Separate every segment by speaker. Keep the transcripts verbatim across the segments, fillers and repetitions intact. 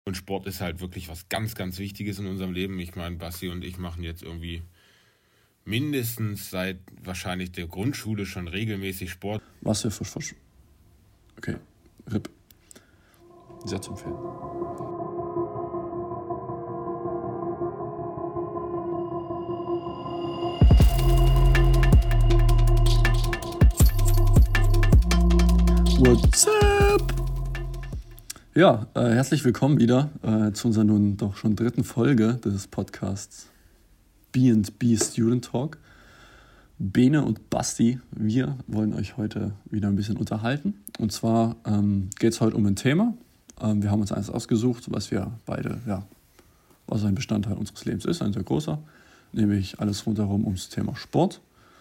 Speaker 1: Und Sport ist halt wirklich was ganz, ganz Wichtiges in unserem Leben. Ich meine, Basti und ich machen jetzt irgendwie mindestens seit wahrscheinlich der Grundschule schon regelmäßig Sport.
Speaker 2: Was für Fisch? Okay, R I P. Sehr zu empfehlen. What's up? Ja, äh, herzlich willkommen wieder äh, zu unserer nun doch schon dritten Folge des Podcasts B and B Student Talk. Bene und Basti, wir wollen euch heute wieder ein bisschen unterhalten. Und zwar ähm, geht es heute um ein Thema. Ähm, wir haben uns eins ausgesucht, was wir beide, ja, was ein Bestandteil unseres Lebens ist, ein sehr großer, nämlich alles rundherum ums Thema Sport.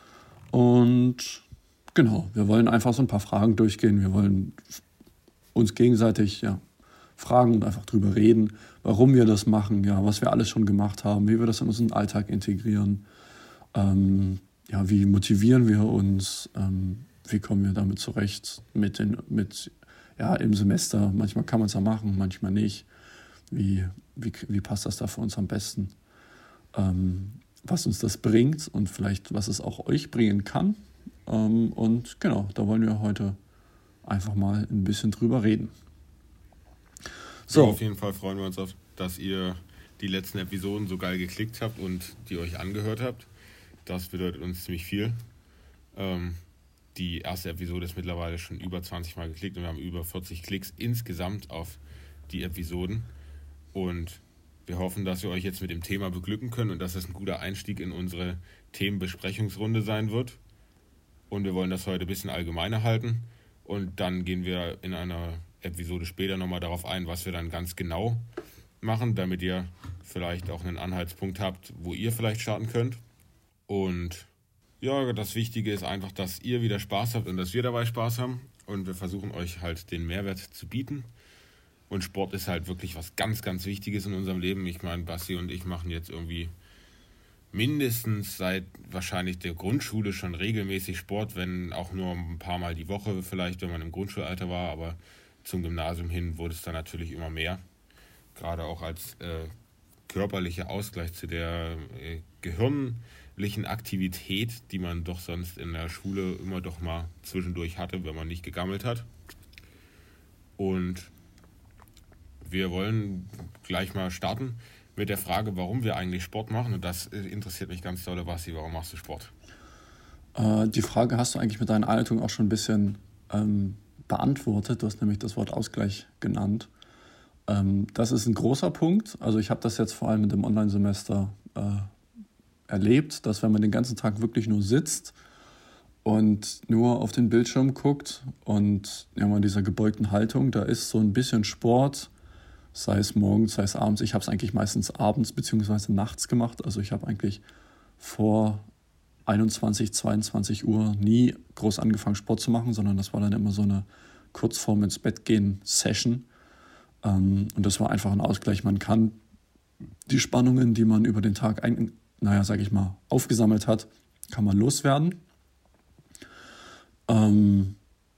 Speaker 2: Und genau, wir wollen einfach so ein paar Fragen durchgehen. Wir wollen uns gegenseitig ja, fragen und einfach drüber reden, warum wir das machen, ja, was wir alles schon gemacht haben, wie wir das in unseren Alltag integrieren, ähm, ja, wie motivieren wir uns, ähm, wie kommen wir damit zurecht mit, den, mit ja, im Semester. Manchmal kann man es ja machen, manchmal nicht. Wie, wie, wie passt das da für uns am besten? Ähm, was uns das bringt und vielleicht, was es auch euch bringen kann. Ähm, und genau, da wollen wir heute einfach mal ein bisschen drüber reden.
Speaker 1: So. Ja, auf jeden Fall freuen wir uns auf, dass ihr die letzten Episoden so geil geklickt habt und die euch angehört habt. Das bedeutet uns ziemlich viel. Ähm, die erste Episode ist mittlerweile schon über zwanzig Mal geklickt und wir haben über vierzig Klicks insgesamt auf die Episoden. Und wir hoffen, dass wir euch jetzt mit dem Thema beglücken können und dass es ein guter Einstieg in unsere Themenbesprechungsrunde sein wird. Und wir wollen das heute ein bisschen allgemeiner halten. Und dann gehen wir in einer Episode später nochmal darauf ein, was wir dann ganz genau machen, damit ihr vielleicht auch einen Anhaltspunkt habt, wo ihr vielleicht starten könnt. Und ja, das Wichtige ist einfach, dass ihr wieder Spaß habt und dass wir dabei Spaß haben. Und wir versuchen euch halt den Mehrwert zu bieten. Und Sport ist halt wirklich was ganz, ganz Wichtiges in unserem Leben. Ich meine, Basti und ich machen jetzt irgendwie mindestens seit wahrscheinlich der Grundschule schon regelmäßig Sport, wenn auch nur ein paar Mal die Woche vielleicht, wenn man im Grundschulalter war, aber zum Gymnasium hin wurde es dann natürlich immer mehr. Gerade auch als äh, körperlicher Ausgleich zu der äh, gehirnlichen Aktivität, die man doch sonst in der Schule immer doch mal zwischendurch hatte, wenn man nicht gegammelt hat. Und wir wollen gleich mal starten mit der Frage, warum wir eigentlich Sport machen. Und das interessiert mich ganz doll, Basti. Warum machst du Sport?
Speaker 2: Äh, die Frage hast du eigentlich mit deiner Einleitung auch schon ein bisschen ähm, beantwortet. Du hast nämlich das Wort Ausgleich genannt. Ähm, das ist ein großer Punkt. Also ich habe das jetzt vor allem mit dem Online-Semester äh, erlebt, dass wenn man den ganzen Tag wirklich nur sitzt und nur auf den Bildschirm guckt und ja, in dieser gebeugten Haltung, da ist so ein bisschen Sport, sei es morgens, sei es abends. Ich habe es eigentlich meistens abends bzw. nachts gemacht. Also ich habe eigentlich vor einundzwanzig, zweiundzwanzig Uhr nie groß angefangen, Sport zu machen, sondern das war dann immer so eine kurz vorm ins Bett gehen Session. Ähm, und das war einfach ein Ausgleich. Man kann die Spannungen, die man über den Tag, ein, naja, sag ich mal, aufgesammelt hat, kann man loswerden. Ähm,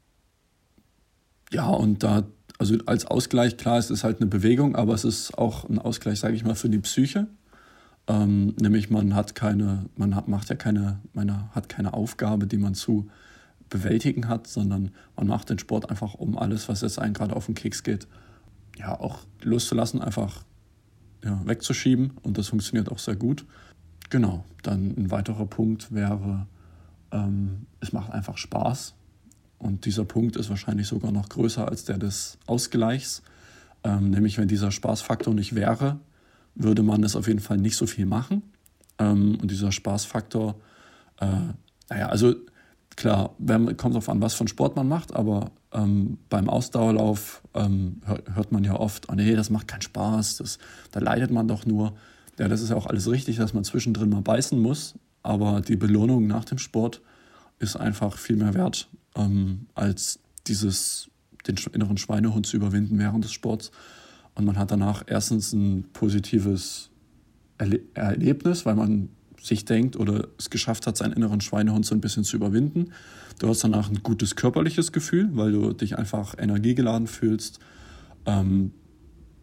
Speaker 2: ja, und da Also als Ausgleich, klar, es ist halt eine Bewegung, aber es ist auch ein Ausgleich, sage ich mal, für die Psyche. Ähm, nämlich man hat keine, man hat, macht ja keine, man hat keine Aufgabe, die man zu bewältigen hat, sondern man macht den Sport einfach, um alles, was jetzt einem gerade auf den Keks geht, ja auch loszulassen, einfach ja, wegzuschieben, und das funktioniert auch sehr gut. Genau, dann ein weiterer Punkt wäre, ähm, es macht einfach Spaß. Und dieser Punkt ist wahrscheinlich sogar noch größer als der des Ausgleichs. Ähm, nämlich, wenn dieser Spaßfaktor nicht wäre, würde man es auf jeden Fall nicht so viel machen. Ähm, und dieser Spaßfaktor, äh, naja, also klar, wenn, kommt darauf an, was für einen Sport man macht, aber ähm, beim Ausdauerlauf ähm, hört, hört man ja oft, oh nee, das macht keinen Spaß, das, da leidet man doch nur. Ja, das ist ja auch alles richtig, dass man zwischendrin mal beißen muss, aber die Belohnung nach dem Sport ist einfach viel mehr wert, ähm, als dieses, den inneren Schweinehund zu überwinden während des Sports. Und man hat danach erstens ein positives Erle- Erlebnis, weil man sich denkt oder es geschafft hat, seinen inneren Schweinehund so ein bisschen zu überwinden. Du hast danach ein gutes körperliches Gefühl, weil du dich einfach energiegeladen fühlst. Ähm,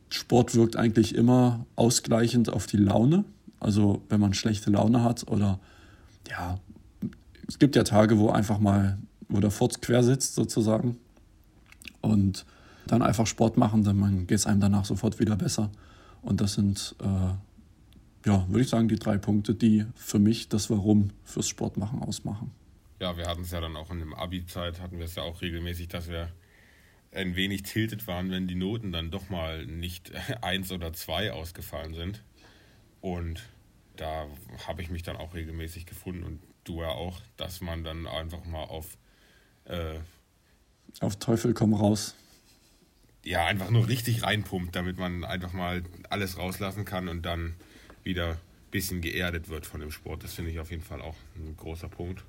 Speaker 2: Sport wirkt eigentlich immer ausgleichend auf die Laune. Also wenn man schlechte Laune hat oder ja, es gibt ja Tage, wo einfach mal, wo der Furz quer sitzt sozusagen und dann einfach Sport machen, dann geht es einem danach sofort wieder besser. Und das sind, äh, ja, würde ich sagen, die drei Punkte, die für mich das Warum fürs Sportmachen ausmachen.
Speaker 1: Ja, wir hatten es ja dann auch in der Abi-Zeit, hatten wir es ja auch regelmäßig, dass wir ein wenig tiltet waren, wenn die Noten dann doch mal nicht eins oder zwei ausgefallen sind. Und da habe ich mich dann auch regelmäßig gefunden und du ja auch, dass man dann einfach mal auf äh,
Speaker 2: auf Teufel komm raus.
Speaker 1: Ja, einfach nur richtig reinpumpt, damit man einfach mal alles rauslassen kann und dann wieder ein bisschen geerdet wird von dem Sport. Das finde ich auf jeden Fall auch ein großer Punkt.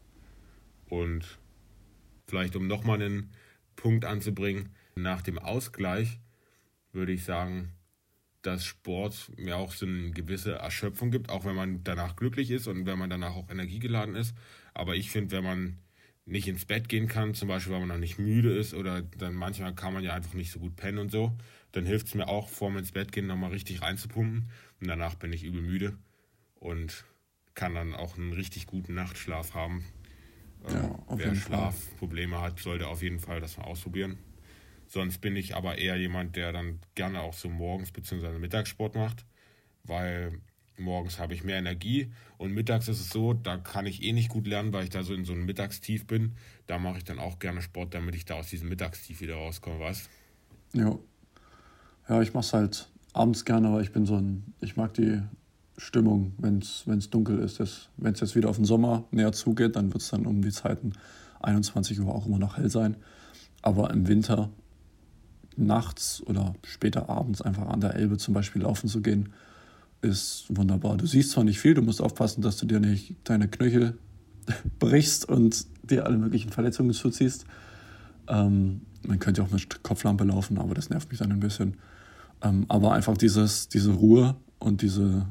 Speaker 1: Und vielleicht, um nochmal einen Punkt anzubringen, nach dem Ausgleich würde ich sagen, dass Sport mir auch so eine gewisse Erschöpfung gibt, auch wenn man danach glücklich ist und wenn man danach auch energiegeladen ist. Aber ich finde, wenn man nicht ins Bett gehen kann, zum Beispiel, weil man noch nicht müde ist oder dann manchmal kann man ja einfach nicht so gut pennen und so, dann hilft es mir auch, vor mir ins Bett gehen, nochmal richtig reinzupumpen und danach bin ich übel müde und kann dann auch einen richtig guten Nachtschlaf haben.
Speaker 2: Ja, auf
Speaker 1: Wer
Speaker 2: jeden
Speaker 1: Schlafprobleme hat, sollte auf jeden Fall das mal ausprobieren. Sonst bin ich aber eher jemand, der dann gerne auch so morgens bzw. Mittagssport macht, weil morgens habe ich mehr Energie und mittags ist es so, da kann ich eh nicht gut lernen, weil ich da so in so einem Mittagstief bin. Da mache ich dann auch gerne Sport, damit ich da aus diesem Mittagstief wieder rauskomme, weißt
Speaker 2: du? Ja. Ja, ich mache es halt abends gerne, weil ich bin so ein, ich mag die Stimmung, wenn es dunkel ist. Wenn es jetzt wieder auf den Sommer näher zugeht, dann wird es dann um die Zeiten einundzwanzig Uhr auch immer noch hell sein. Aber im Winter nachts oder später abends einfach an der Elbe zum Beispiel laufen zu gehen, ist wunderbar. Du siehst zwar nicht viel, du musst aufpassen, dass du dir nicht deine Knöchel brichst und dir alle möglichen Verletzungen zuziehst. Ähm, man könnte auch mit Kopflampe laufen, aber das nervt mich dann ein bisschen. Ähm, aber einfach dieses, diese Ruhe und diese,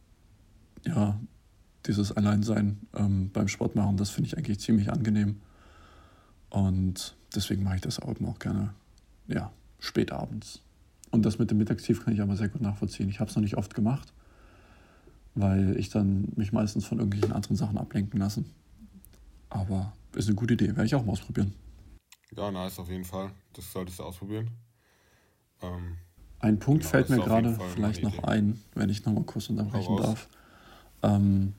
Speaker 2: ja, dieses Alleinsein ähm, beim Sport machen, das finde ich eigentlich ziemlich angenehm. Und deswegen mache ich das auch auch gerne, ja, spät abends. Und das mit dem Mittagstief kann ich aber sehr gut nachvollziehen. Ich habe es noch nicht oft gemacht, weil ich dann mich meistens von irgendwelchen anderen Sachen ablenken lasse. Aber ist eine gute Idee, werde ich auch mal ausprobieren.
Speaker 1: Ja, nice, auf jeden Fall. Das solltest du ausprobieren. Ähm,
Speaker 2: ein Punkt genau, fällt mir gerade vielleicht noch ein, wenn ich nochmal kurz unterbrechen darf. Ähm,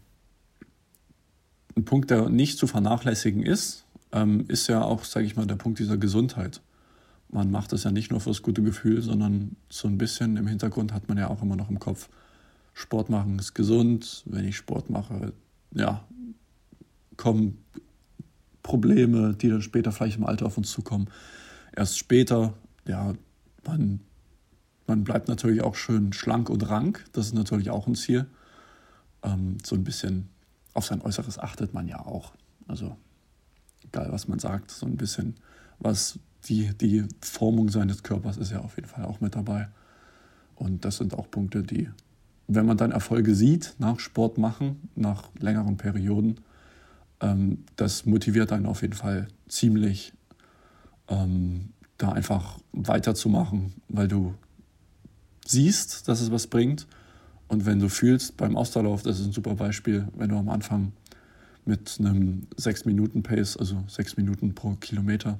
Speaker 2: ein Punkt, der nicht zu vernachlässigen ist, ähm, ist ja auch, sage ich mal, der Punkt dieser Gesundheit. Man macht das ja nicht nur fürs gute Gefühl, sondern so ein bisschen im Hintergrund hat man ja auch immer noch im Kopf, Sport machen ist gesund. Wenn ich Sport mache, ja, kommen Probleme, die dann später vielleicht im Alter auf uns zukommen. Erst später, ja, man, man bleibt natürlich auch schön schlank und rank. Das ist natürlich auch ein Ziel. Ähm, so ein bisschen auf sein Äußeres achtet man ja auch. Also egal, was man sagt, so ein bisschen was die, die Formung seines Körpers ist ja auf jeden Fall auch mit dabei. Und das sind auch Punkte, die, wenn man dann Erfolge sieht, nach Sport machen, nach längeren Perioden, ähm, das motiviert einen auf jeden Fall ziemlich, ähm, da einfach weiterzumachen, weil du siehst, dass es was bringt. Und wenn du fühlst, beim Ausdauerlauf, das ist ein super Beispiel, wenn du am Anfang mit einem sechs Minuten Pace, also sechs Minuten pro Kilometer,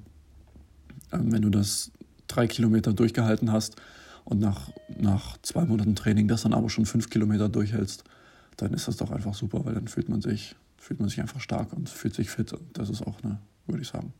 Speaker 2: ähm, wenn du das drei Kilometer durchgehalten hast und nach, nach zwei Monaten Training das dann aber schon fünf Kilometer durchhältst, dann ist das doch einfach super, weil dann fühlt man sich, fühlt man sich einfach stark und fühlt sich fit. Und das ist auch eine, würde ich sagen,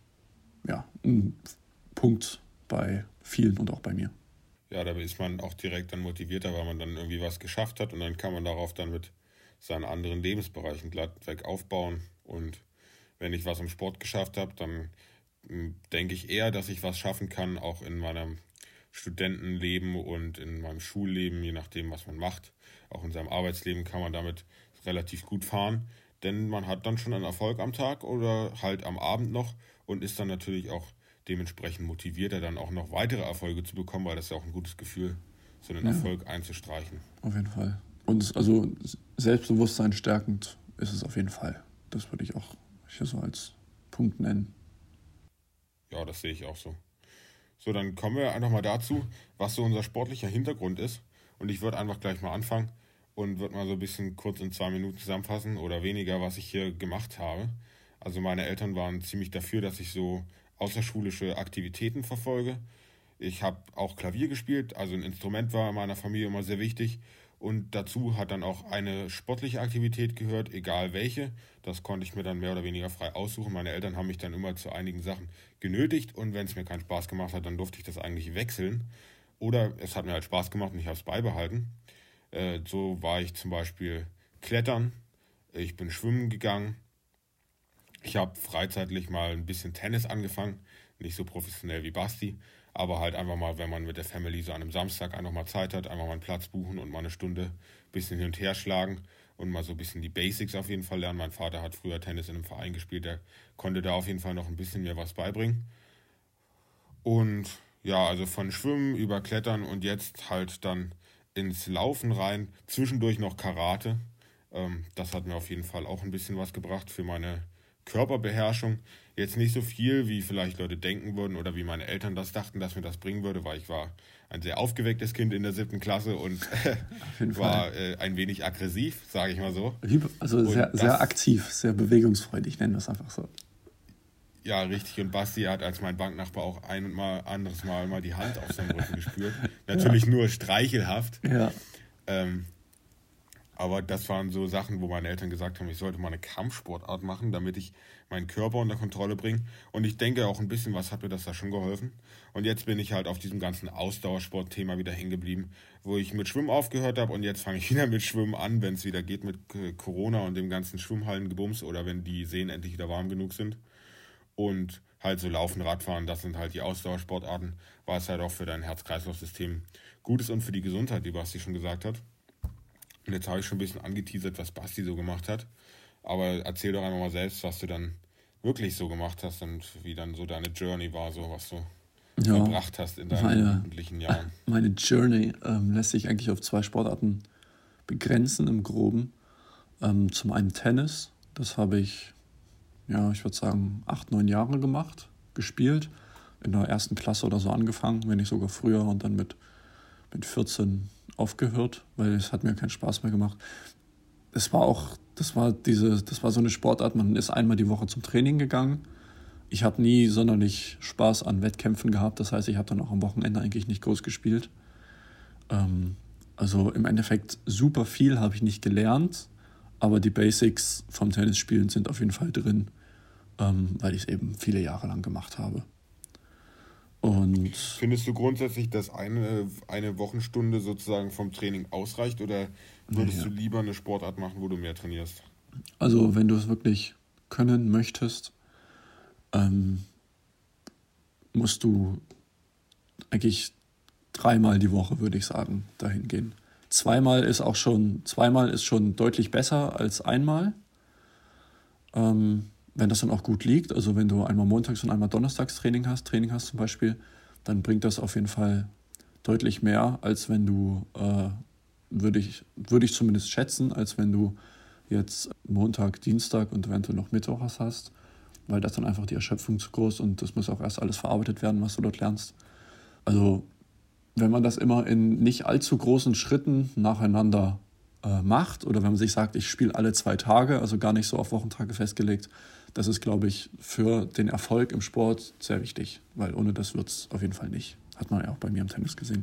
Speaker 2: ja, ein Punkt bei vielen und auch bei mir.
Speaker 1: Ja, da ist man auch direkt dann motivierter, weil man dann irgendwie was geschafft hat und dann kann man darauf dann mit seinen anderen Lebensbereichen glattweg aufbauen. Und wenn ich was im Sport geschafft habe, dann denke ich eher, dass ich was schaffen kann, auch in meinem Studentenleben und in meinem Schulleben, je nachdem, was man macht. Auch in seinem Arbeitsleben kann man damit relativ gut fahren, denn man hat dann schon einen Erfolg am Tag oder halt am Abend noch und ist dann natürlich auch dementsprechend motivierter, dann auch noch weitere Erfolge zu bekommen, weil das ist ja auch ein gutes Gefühl, so einen ja. Erfolg einzustreichen.
Speaker 2: Auf jeden Fall. Und also Selbstbewusstsein stärkend ist es auf jeden Fall. Das würde ich auch hier so als Punkt nennen.
Speaker 1: Ja, das sehe ich auch so. So, dann kommen wir einfach mal dazu, was so unser sportlicher Hintergrund ist. Und ich würde einfach gleich mal anfangen und würde mal so ein bisschen kurz in zwei Minuten zusammenfassen oder weniger, was ich hier gemacht habe. Also meine Eltern waren ziemlich dafür, dass ich so außerschulische Aktivitäten verfolge. Ich habe auch Klavier gespielt, also ein Instrument war in meiner Familie immer sehr wichtig. Und dazu hat dann auch eine sportliche Aktivität gehört, egal welche. Das konnte ich mir dann mehr oder weniger frei aussuchen. Meine Eltern haben mich dann immer zu einigen Sachen genötigt und wenn es mir keinen Spaß gemacht hat, dann durfte ich das eigentlich wechseln. Oder es hat mir halt Spaß gemacht und ich habe es beibehalten. Äh, so war ich zum Beispiel klettern, ich bin schwimmen gegangen. Ich habe freizeitlich mal ein bisschen Tennis angefangen, nicht so professionell wie Basti, aber halt einfach mal, wenn man mit der Family so an einem Samstag einfach mal Zeit hat, einfach mal einen Platz buchen und mal eine Stunde ein bisschen hin und her schlagen und mal so ein bisschen die Basics auf jeden Fall lernen. Mein Vater hat früher Tennis in einem Verein gespielt, der konnte da auf jeden Fall noch ein bisschen mir was beibringen. Und ja, also von Schwimmen über Klettern und jetzt halt dann ins Laufen rein, zwischendurch noch Karate. Ähm, das hat mir auf jeden Fall auch ein bisschen was gebracht für meine Körperbeherrschung. Jetzt nicht so viel, wie vielleicht Leute denken würden oder wie meine Eltern das dachten, dass mir das bringen würde, weil ich war ein sehr aufgewecktes Kind in der siebten Klasse und war äh, ein wenig aggressiv, sage ich mal so.
Speaker 2: Also sehr, das, sehr aktiv, sehr bewegungsfreudig, nennen wir es einfach so.
Speaker 1: Ja, richtig. Und Basti hat als mein Banknachbar auch ein und mal anderes Mal mal die Hand auf seinem Rücken gespürt. Natürlich ja. Nur streichelhaft.
Speaker 2: Ja.
Speaker 1: Ähm, aber das waren so Sachen, wo meine Eltern gesagt haben, ich sollte mal eine Kampfsportart machen, damit ich meinen Körper unter Kontrolle bringe. Und ich denke auch ein bisschen, was hat mir das da schon geholfen. Und jetzt bin ich halt auf diesem ganzen Ausdauersport-Thema wieder hängen geblieben, wo ich mit Schwimmen aufgehört habe und jetzt fange ich wieder mit Schwimmen an, wenn es wieder geht mit Corona und dem ganzen Schwimmhallengebums oder wenn die Seen endlich wieder warm genug sind. Und halt so Laufen, Radfahren, das sind halt die Ausdauersportarten, was halt auch für dein Herz-Kreislauf-System gut ist und für die Gesundheit, wie Basti schon gesagt hat. Und jetzt habe ich schon ein bisschen angeteasert, was Basti so gemacht hat. Aber erzähl doch einmal mal selbst, was du dann wirklich so gemacht hast und wie dann so deine Journey war, so was du ja, verbracht hast in deinen meine, jugendlichen Jahren.
Speaker 2: Meine Journey ähm, lässt sich eigentlich auf zwei Sportarten begrenzen im Groben. Ähm, zum einen Tennis, das habe ich, ja, ich würde sagen, acht, neun Jahre gemacht, gespielt. In der ersten Klasse oder so angefangen, wenn nicht sogar früher und dann mit, mit vierzehn aufgehört, weil es hat mir keinen Spaß mehr gemacht. Es war auch, das war diese, das war so eine Sportart, man ist einmal die Woche zum Training gegangen. Ich habe nie sonderlich Spaß an Wettkämpfen gehabt, das heißt, ich habe dann auch am Wochenende eigentlich nicht groß gespielt. Ähm, also im Endeffekt super viel habe ich nicht gelernt, aber die Basics vom Tennisspielen sind auf jeden Fall drin, ähm, weil ich es eben viele Jahre lang gemacht habe. Und
Speaker 1: findest du grundsätzlich, dass eine, eine Wochenstunde sozusagen vom Training ausreicht oder würdest ja. du lieber eine Sportart machen, wo du mehr trainierst?
Speaker 2: Also wenn du es wirklich können möchtest, ähm, musst du eigentlich dreimal die Woche, würde ich sagen, dahin gehen. Zweimal ist auch schon, zweimal ist schon deutlich besser als einmal. Ähm, wenn das dann auch gut liegt, also wenn du einmal montags und einmal donnerstags Training hast, Training hast zum Beispiel, dann bringt das auf jeden Fall deutlich mehr, als wenn du, äh, würde ich, würde ich zumindest schätzen, als wenn du jetzt Montag, Dienstag und eventuell noch Mittwoch hast, weil das dann einfach die Erschöpfung zu groß und das muss auch erst alles verarbeitet werden, was du dort lernst. Also wenn man das immer in nicht allzu großen Schritten nacheinander äh, macht oder wenn man sich sagt, ich spiele alle zwei Tage, also gar nicht so auf Wochentage festgelegt, das ist, glaube ich, für den Erfolg im Sport sehr wichtig, weil ohne das wird es auf jeden Fall nicht. Hat man ja auch bei mir im Tennis gesehen.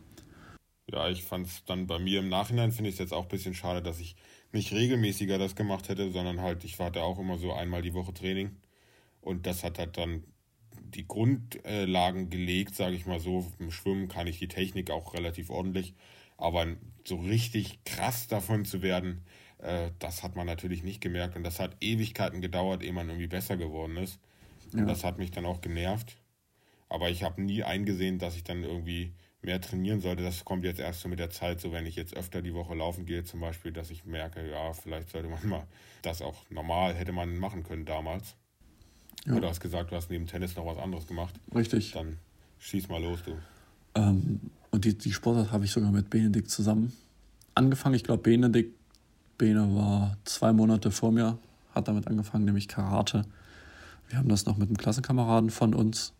Speaker 1: Ja, ich fand es dann bei mir im Nachhinein, finde ich es jetzt auch ein bisschen schade, dass ich nicht regelmäßiger das gemacht hätte, sondern halt, ich hatte auch immer so einmal die Woche Training und das hat halt dann die Grundlagen gelegt, sage ich mal so. Im Schwimmen kann ich die Technik auch relativ ordentlich, aber so richtig krass davon zu werden, äh, das hat man natürlich nicht gemerkt und das hat Ewigkeiten gedauert, ehe man irgendwie besser geworden ist. Und ja. das hat mich dann auch genervt. Aber ich habe nie eingesehen, dass ich dann irgendwie mehr trainieren sollte. Das kommt jetzt erst so mit der Zeit, so wenn ich jetzt öfter die Woche laufen gehe zum Beispiel, dass ich merke, ja, vielleicht sollte man mal das auch normal hätte man machen können damals. Ja. Du hast gesagt, du hast neben Tennis noch was anderes gemacht.
Speaker 2: Richtig.
Speaker 1: Dann schieß mal los, du.
Speaker 2: Ähm, und die, die Sportart habe ich sogar mit Benedikt zusammen angefangen. Ich glaube, Benedikt, Bene war zwei Monate vor mir, hat damit angefangen, nämlich Karate. Wir haben das noch mit einem Klassenkameraden von uns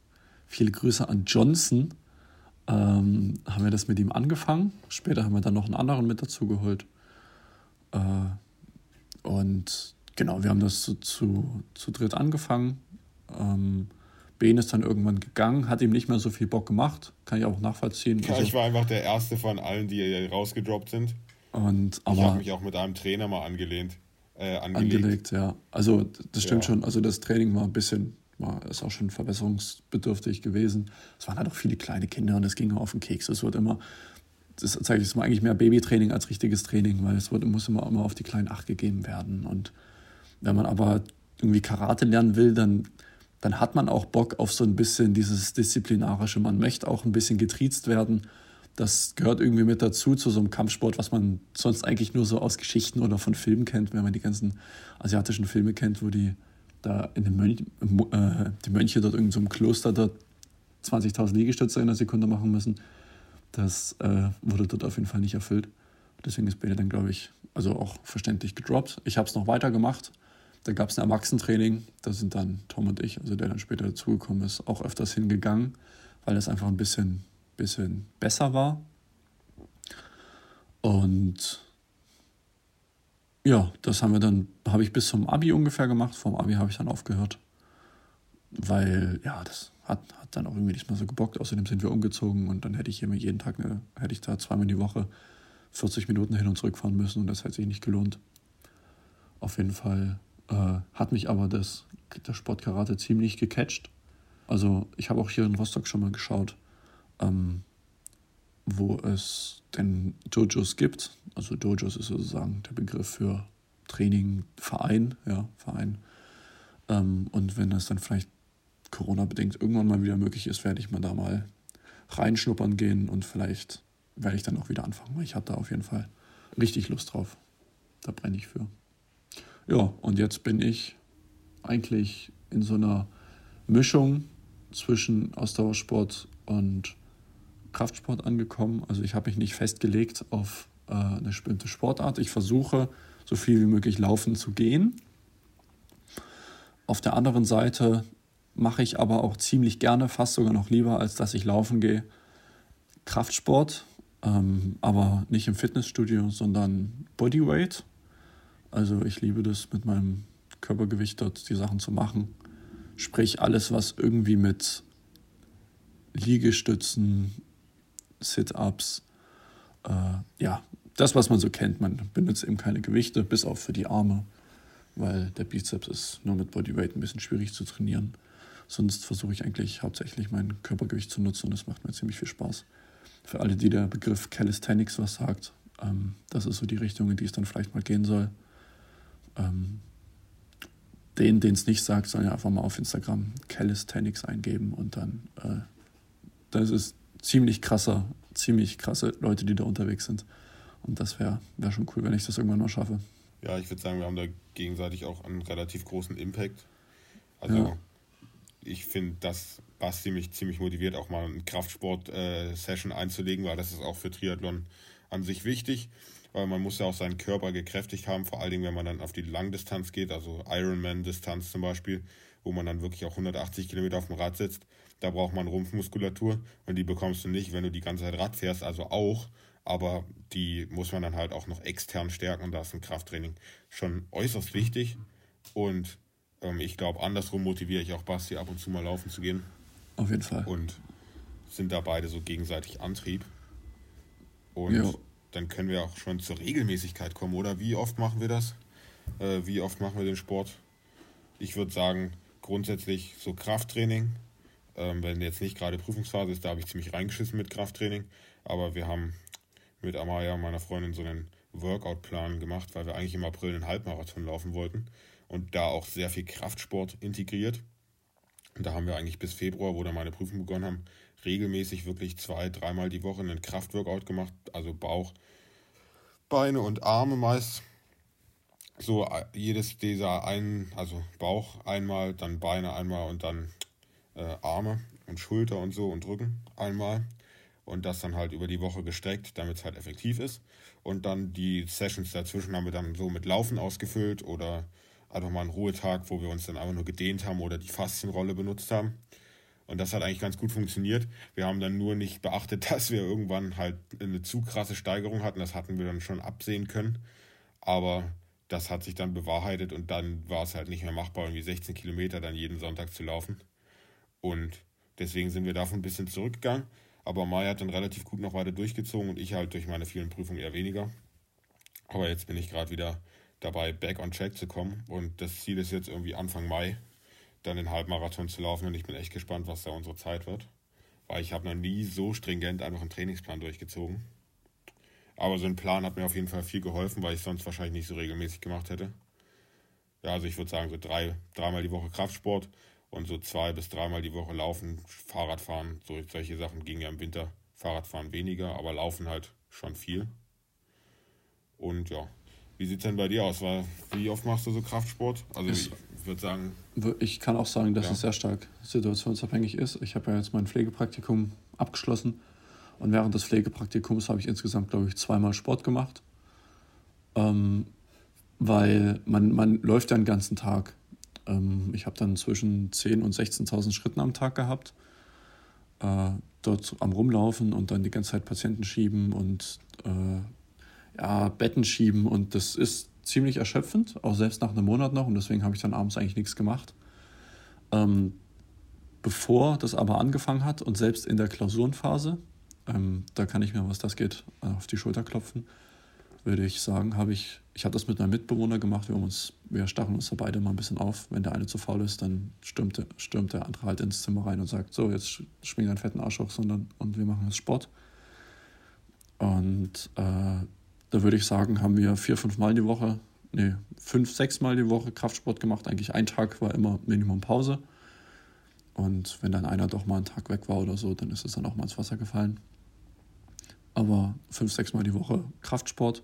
Speaker 2: viele Grüße an Johnson, ähm, haben wir das mit ihm angefangen. Später haben wir dann noch einen anderen mit dazu geholt. Äh, und genau, wir haben das zu, zu, zu dritt angefangen. Ähm, Ben ist dann irgendwann gegangen, hat ihm nicht mehr so viel Bock gemacht, kann ich auch nachvollziehen.
Speaker 1: Ja, also, ich war einfach der Erste von allen, die rausgedroppt sind.
Speaker 2: Und, aber
Speaker 1: ich habe mich auch mit einem Trainer mal angelehnt, äh, angelegt.
Speaker 2: angelegt. Ja, also das stimmt ja. schon. Also das Training war ein bisschen, war ist auch schon verbesserungsbedürftig gewesen. Es waren halt auch viele kleine Kinder und es ging auf den Keks. Es wird immer, das zeige ich, es war eigentlich mehr Babytraining als richtiges Training, weil es wird, muss immer, immer auf die kleinen Acht gegeben werden. Und wenn man aber irgendwie Karate lernen will, dann dann hat man auch Bock auf so ein bisschen dieses Disziplinarische. Man möchte auch ein bisschen getriezt werden. Das gehört irgendwie mit dazu, zu so einem Kampfsport, was man sonst eigentlich nur so aus Geschichten oder von Filmen kennt, wenn man die ganzen asiatischen Filme kennt, wo die da in den Mönch, äh, die Mönche dort in so einem Kloster dort zwanzigtausend Liegestütze in einer Sekunde machen müssen. Das äh, wurde dort auf jeden Fall nicht erfüllt. Deswegen ist Bene dann, glaube ich, also auch verständlich gedroppt. Ich habe es noch weiter gemacht. Da gab es ein Erwachsenentraining, da sind dann Tom und ich, also der dann später dazugekommen ist, auch öfters hingegangen, weil es einfach ein bisschen, bisschen besser war. Und ja, das haben wir dann, habe ich bis zum Abi ungefähr gemacht. Vom Abi habe ich dann aufgehört, weil ja, das hat, hat dann auch irgendwie nicht mehr so gebockt. Außerdem sind wir umgezogen und dann hätte ich immer jeden Tag, eine, hätte ich da zweimal die Woche vierzig Minuten hin und zurück fahren müssen und das hätte sich nicht gelohnt. Auf jeden Fall Äh, hat mich aber das, der Sport Karate ziemlich gecatcht. Also ich habe auch hier in Rostock schon mal geschaut, ähm, wo es denn Dojos gibt. Also Dojos ist sozusagen der Begriff für Training, Verein, ja, Verein. Ähm, und wenn das dann vielleicht Corona-bedingt irgendwann mal wieder möglich ist, werde ich mal da mal reinschnuppern gehen und vielleicht werde ich dann auch wieder anfangen, weil ich habe da auf jeden Fall richtig Lust drauf. Da brenne ich für. Ja, und jetzt bin ich eigentlich in so einer Mischung zwischen Ausdauersport und Kraftsport angekommen. Also ich habe mich nicht festgelegt auf äh, eine bestimmte Sportart. Ich versuche, so viel wie möglich laufen zu gehen. Auf der anderen Seite mache ich aber auch ziemlich gerne, fast sogar noch lieber, als dass ich laufen gehe, Kraftsport. Ähm, aber nicht im Fitnessstudio, sondern Bodyweight. Also ich liebe das, mit meinem Körpergewicht dort die Sachen zu machen. Sprich alles, was irgendwie mit Liegestützen, Sit-Ups, äh, ja, das, was man so kennt. Man benutzt eben keine Gewichte, bis auf für die Arme, weil der Bizeps ist nur mit Bodyweight ein bisschen schwierig zu trainieren. Sonst versuche ich eigentlich hauptsächlich mein Körpergewicht zu nutzen und das macht mir ziemlich viel Spaß. Für alle, die der Begriff Calisthenics was sagt, ähm, das ist so die Richtung, in die es dann vielleicht mal gehen soll. Ähm, den, den es nicht sagt, sollen ja einfach mal auf Instagram Calisthenics eingeben und dann, äh, das ist ziemlich krasser, ziemlich krasse Leute, die da unterwegs sind. Und das wäre wär schon cool, wenn ich das irgendwann mal schaffe.
Speaker 1: Ja, ich würde sagen, wir haben da gegenseitig auch einen relativ großen Impact. Also
Speaker 2: Ja.
Speaker 1: ich finde, dass Basti mich ziemlich motiviert, auch mal eine Kraftsport-Session einzulegen, weil das ist auch für Triathlon an sich wichtig. Weil man muss ja auch seinen Körper gekräftigt haben, vor allen Dingen, wenn man dann auf die Langdistanz geht, also Ironman-Distanz zum Beispiel, wo man dann wirklich auch hundertachtzig Kilometer auf dem Rad sitzt. Da braucht man Rumpfmuskulatur und die bekommst du nicht, wenn du die ganze Zeit Rad fährst, also auch, aber die muss man dann halt auch noch extern stärken und da ist ein Krafttraining schon äußerst wichtig und ähm, ich glaube, andersrum motiviere ich auch Basti, ab und zu mal laufen zu gehen.
Speaker 2: Auf jeden Fall.
Speaker 1: Und sind da beide so gegenseitig Antrieb. Und
Speaker 2: Jo.
Speaker 1: dann können wir auch schon zur Regelmäßigkeit kommen, oder? Wie oft machen wir das? Äh, wie oft machen wir den Sport? Ich würde sagen, grundsätzlich so Krafttraining. Ähm, wenn jetzt nicht gerade Prüfungsphase ist, da habe ich ziemlich reingeschissen mit Krafttraining. Aber wir haben mit Amaya, meiner Freundin, so einen Workout-Plan gemacht, weil wir eigentlich im April einen Halbmarathon laufen wollten. Und da auch sehr viel Kraftsport integriert. Und da haben wir eigentlich bis Februar, wo dann meine Prüfung begonnen haben, regelmäßig wirklich zwei, dreimal die Woche einen Kraftworkout gemacht, also Bauch, Beine und Arme meist. So jedes dieser einen, also Bauch einmal, dann Beine einmal und dann äh, Arme und Schulter und so und Rücken einmal. Und das dann halt über die Woche gestreckt, damit es halt effektiv ist. Und dann die Sessions dazwischen haben wir dann so mit Laufen ausgefüllt oder einfach mal einen Ruhetag, wo wir uns dann einfach nur gedehnt haben oder die Faszienrolle benutzt haben. Und das hat eigentlich ganz gut funktioniert. Wir haben dann nur nicht beachtet, dass wir irgendwann halt eine zu krasse Steigerung hatten. Das hatten wir dann schon absehen können. Aber das hat sich dann bewahrheitet und dann war es halt nicht mehr machbar, irgendwie sechzehn Kilometer dann jeden Sonntag zu laufen. Und deswegen sind wir davon ein bisschen zurückgegangen. Aber Maya hat dann relativ gut noch weiter durchgezogen und ich halt durch meine vielen Prüfungen eher weniger. Aber jetzt bin ich gerade wieder dabei, back on track zu kommen. Und das Ziel ist jetzt irgendwie Anfang Mai, dann den Halbmarathon zu laufen. Und ich bin echt gespannt, was da unsere Zeit wird. Weil ich habe noch nie so stringent einfach einen Trainingsplan durchgezogen. Aber so ein Plan hat mir auf jeden Fall viel geholfen, weil ich sonst wahrscheinlich nicht so regelmäßig gemacht hätte. Ja, also ich würde sagen, so drei, dreimal die Woche Kraftsport und so zwei bis dreimal die Woche Laufen, Fahrradfahren. So, solche Sachen gingen ja im Winter. Fahrradfahren weniger, aber Laufen halt schon viel. Und ja, wie sieht es denn bei dir aus? Wie oft machst du so Kraftsport? Also ich, ich würde sagen...
Speaker 2: Ich kann auch sagen, dass ja. es sehr stark situationsabhängig ist. Ich habe ja jetzt mein Pflegepraktikum abgeschlossen und während des Pflegepraktikums habe ich insgesamt, glaube ich, zweimal Sport gemacht. Ähm, weil man, man läuft ja den ganzen Tag. Ähm, ich habe dann zwischen zehntausend und sechzehntausend Schritten am Tag gehabt. Äh, dort am Rumlaufen und dann die ganze Zeit Patienten schieben und äh, ja, Betten schieben. Und das ist ziemlich erschöpfend, auch selbst nach einem Monat noch. Und deswegen habe ich dann abends eigentlich nichts gemacht. Ähm, bevor das aber angefangen hat und selbst in der Klausurenphase, ähm, da kann ich mir, was das geht, auf die Schulter klopfen, würde ich sagen, habe ich, ich habe das mit meinem Mitbewohner gemacht, wir, haben uns, wir stacheln uns da beide mal ein bisschen auf. Wenn der eine zu faul ist, dann stürmt, stürmt der andere halt ins Zimmer rein und sagt, so, jetzt schwing deinen fetten Arsch hoch, sondern, und wir machen jetzt Sport. Und äh, da würde ich sagen, haben wir vier, fünf Mal die Woche, nee, fünf, sechs Mal die Woche Kraftsport gemacht. Eigentlich ein Tag war immer Minimum Pause. Und wenn dann einer doch mal einen Tag weg war oder so, dann ist es dann auch mal ins Wasser gefallen. Aber fünf, sechs Mal die Woche Kraftsport.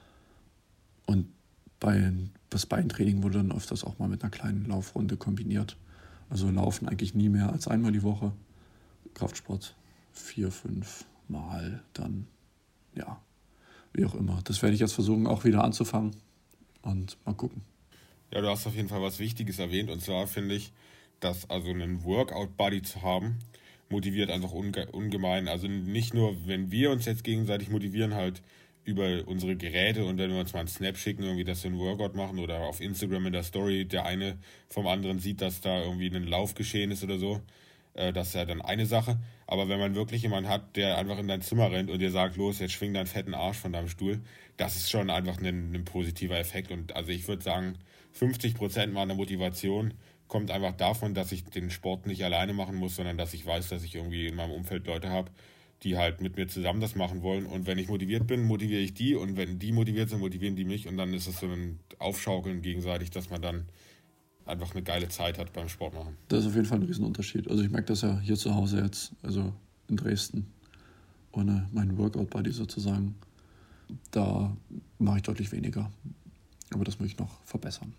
Speaker 2: Und bei das Beintraining wurde dann öfters auch mal mit einer kleinen Laufrunde kombiniert. Also laufen eigentlich nie mehr als einmal die Woche. Kraftsport vier, fünf Mal dann, ja, wie auch immer. Das werde ich jetzt versuchen, auch wieder anzufangen und mal gucken.
Speaker 1: Ja, du hast auf jeden Fall was Wichtiges erwähnt und zwar finde ich, dass also einen Workout-Buddy zu haben, motiviert einfach unge- ungemein. Also nicht nur, wenn wir uns jetzt gegenseitig motivieren, halt über unsere Geräte und wenn wir uns mal einen Snap schicken, irgendwie, dass wir einen Workout machen oder auf Instagram in der Story der eine vom anderen sieht, dass da irgendwie ein Lauf geschehen ist oder so, äh, das ist ja dann eine Sache. Aber wenn man wirklich jemanden hat, der einfach in dein Zimmer rennt und dir sagt, los, jetzt schwing deinen fetten Arsch von deinem Stuhl, das ist schon einfach ein, ein positiver Effekt. Und also ich würde sagen, fünfzig Prozent meiner Motivation kommt einfach davon, dass ich den Sport nicht alleine machen muss, sondern dass ich weiß, dass ich irgendwie in meinem Umfeld Leute habe, die halt mit mir zusammen das machen wollen. Und wenn ich motiviert bin, motiviere ich die. Und wenn die motiviert sind, motivieren die mich. Und dann ist es so ein Aufschaukeln gegenseitig, dass man dann einfach eine geile Zeit hat beim Sport machen.
Speaker 2: Das ist auf jeden Fall ein Riesenunterschied. Also ich merke das ja hier zu Hause jetzt, also in Dresden, ohne meinen Workout-Buddy sozusagen. Da mache ich deutlich weniger. Aber das muss ich noch verbessern.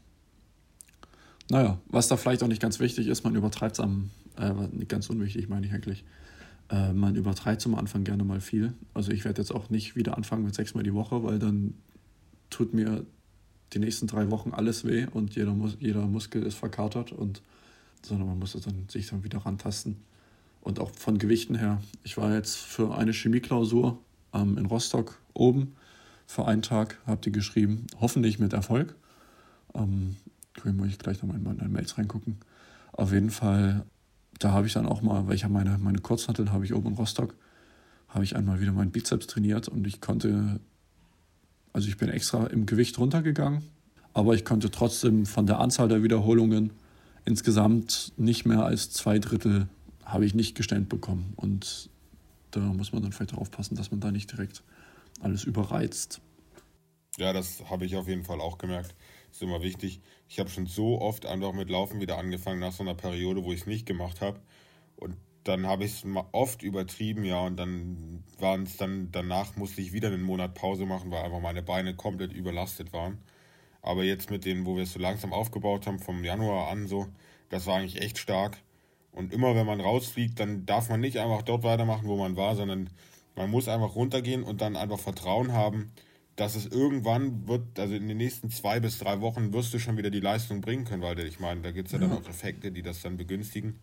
Speaker 2: Naja, was da vielleicht auch nicht ganz wichtig ist, man übertreibt es am, äh, nicht ganz unwichtig meine ich eigentlich, äh, man übertreibt es am Anfang gerne mal viel. Also ich werde jetzt auch nicht wieder anfangen mit sechsmal die Woche, weil dann tut mir die nächsten drei Wochen alles weh und jeder, Mus- jeder Muskel ist verkatert, und sondern man muss dann, sich dann wieder rantasten. Und auch von Gewichten her, ich war jetzt für eine Chemieklausur ähm, in Rostock oben für einen Tag, habe die geschrieben, hoffentlich mit Erfolg. Ähm, muss ich gleich nochmal in meine Mails reingucken. Auf jeden Fall, da habe ich dann auch mal, weil ich habe meine, meine Kurzhanteln habe ich oben in Rostock, habe ich einmal wieder meinen Bizeps trainiert und ich konnte, also ich bin extra im Gewicht runtergegangen, aber ich konnte trotzdem von der Anzahl der Wiederholungen insgesamt nicht mehr als zwei Drittel habe ich nicht gestemmt bekommen. Und da muss man dann vielleicht auch aufpassen, dass man da nicht direkt alles überreizt.
Speaker 1: Ja, das habe ich auf jeden Fall auch gemerkt. Das ist immer wichtig. Ich habe schon so oft einfach mit Laufen wieder angefangen nach so einer Periode, wo ich es nicht gemacht habe. Und dann habe ich es oft übertrieben, ja. Und dann waren es dann, danach musste ich wieder einen Monat Pause machen, weil einfach meine Beine komplett überlastet waren. Aber jetzt mit denen, wo wir es so langsam aufgebaut haben, vom Januar an so, das war eigentlich echt stark. Und immer wenn man rausfliegt, dann darf man nicht einfach dort weitermachen, wo man war, sondern man muss einfach runtergehen und dann einfach Vertrauen haben, dass es irgendwann wird, also in den nächsten zwei bis drei Wochen wirst du schon wieder die Leistung bringen können, weil ich meine, da gibt es ja dann auch Effekte, die das dann begünstigen.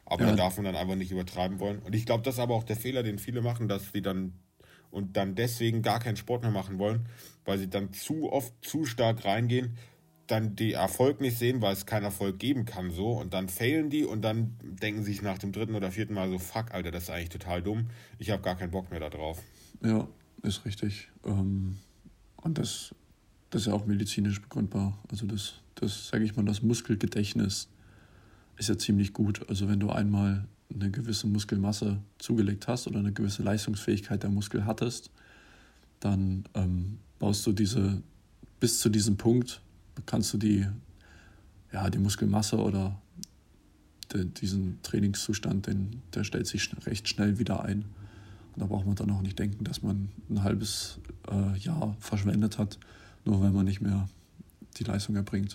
Speaker 1: Aber ja. Da darf man dann einfach nicht übertreiben wollen. Und ich glaube, das ist aber auch der Fehler, den viele machen, dass sie dann und dann deswegen gar keinen Sport mehr machen wollen, weil sie dann zu oft zu stark reingehen, dann den Erfolg nicht sehen, weil es keinen Erfolg geben kann so und dann failen die und dann denken sie sich nach dem dritten oder vierten Mal so, fuck, Alter, das ist eigentlich total dumm, ich habe gar keinen Bock mehr da drauf.
Speaker 2: Ja, ist richtig. Und das, das ist ja auch medizinisch begründbar. Also das, das sage ich mal, das Muskelgedächtnis ist ja ziemlich gut. Also wenn du einmal eine gewisse Muskelmasse zugelegt hast oder eine gewisse Leistungsfähigkeit der Muskel hattest, dann ähm, baust du diese, bis zu diesem Punkt kannst du die, ja, die Muskelmasse oder de, diesen Trainingszustand, den, der stellt sich recht schnell wieder ein. Und da braucht man dann auch nicht denken, dass man ein halbes äh, Jahr verschwendet hat, nur weil man nicht mehr die Leistung erbringt.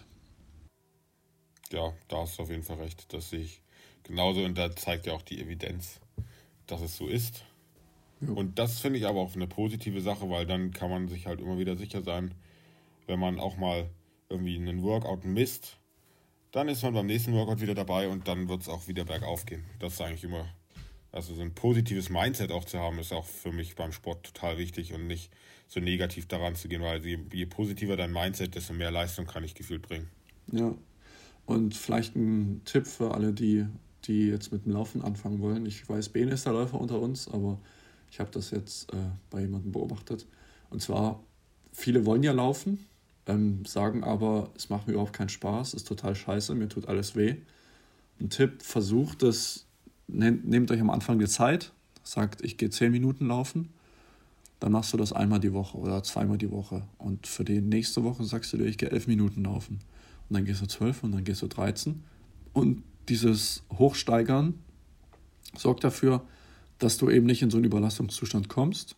Speaker 1: Ja, da hast du auf jeden Fall recht. Das sehe ich genauso und da zeigt ja auch die Evidenz, dass es so ist. Jo. Und das finde ich aber auch eine positive Sache, weil dann kann man sich halt immer wieder sicher sein, wenn man auch mal irgendwie einen Workout misst, dann ist man beim nächsten Workout wieder dabei und dann wird es auch wieder bergauf gehen. Das ist eigentlich immer, also so ein positives Mindset auch zu haben, ist auch für mich beim Sport total wichtig und nicht so negativ daran zu gehen, weil je, je positiver dein Mindset, desto mehr Leistung kann ich gefühlt bringen.
Speaker 2: Ja, und vielleicht ein Tipp für alle, die, die jetzt mit dem Laufen anfangen wollen. Ich weiß, Bene ist der Läufer unter uns, aber ich habe das jetzt äh, bei jemandem beobachtet. Und zwar, viele wollen ja laufen, ähm, sagen aber, es macht mir überhaupt keinen Spaß, ist total scheiße, mir tut alles weh. Ein Tipp, versucht es, nehmt, nehmt euch am Anfang die Zeit, sagt, ich gehe zehn Minuten laufen, dann machst du das einmal die Woche oder zweimal die Woche. Und für die nächste Woche sagst du dir, ich gehe elf Minuten laufen. Und dann gehst du zwölf und dann gehst du dreizehn. Und dieses Hochsteigern sorgt dafür, dass du eben nicht in so einen Überlastungszustand kommst.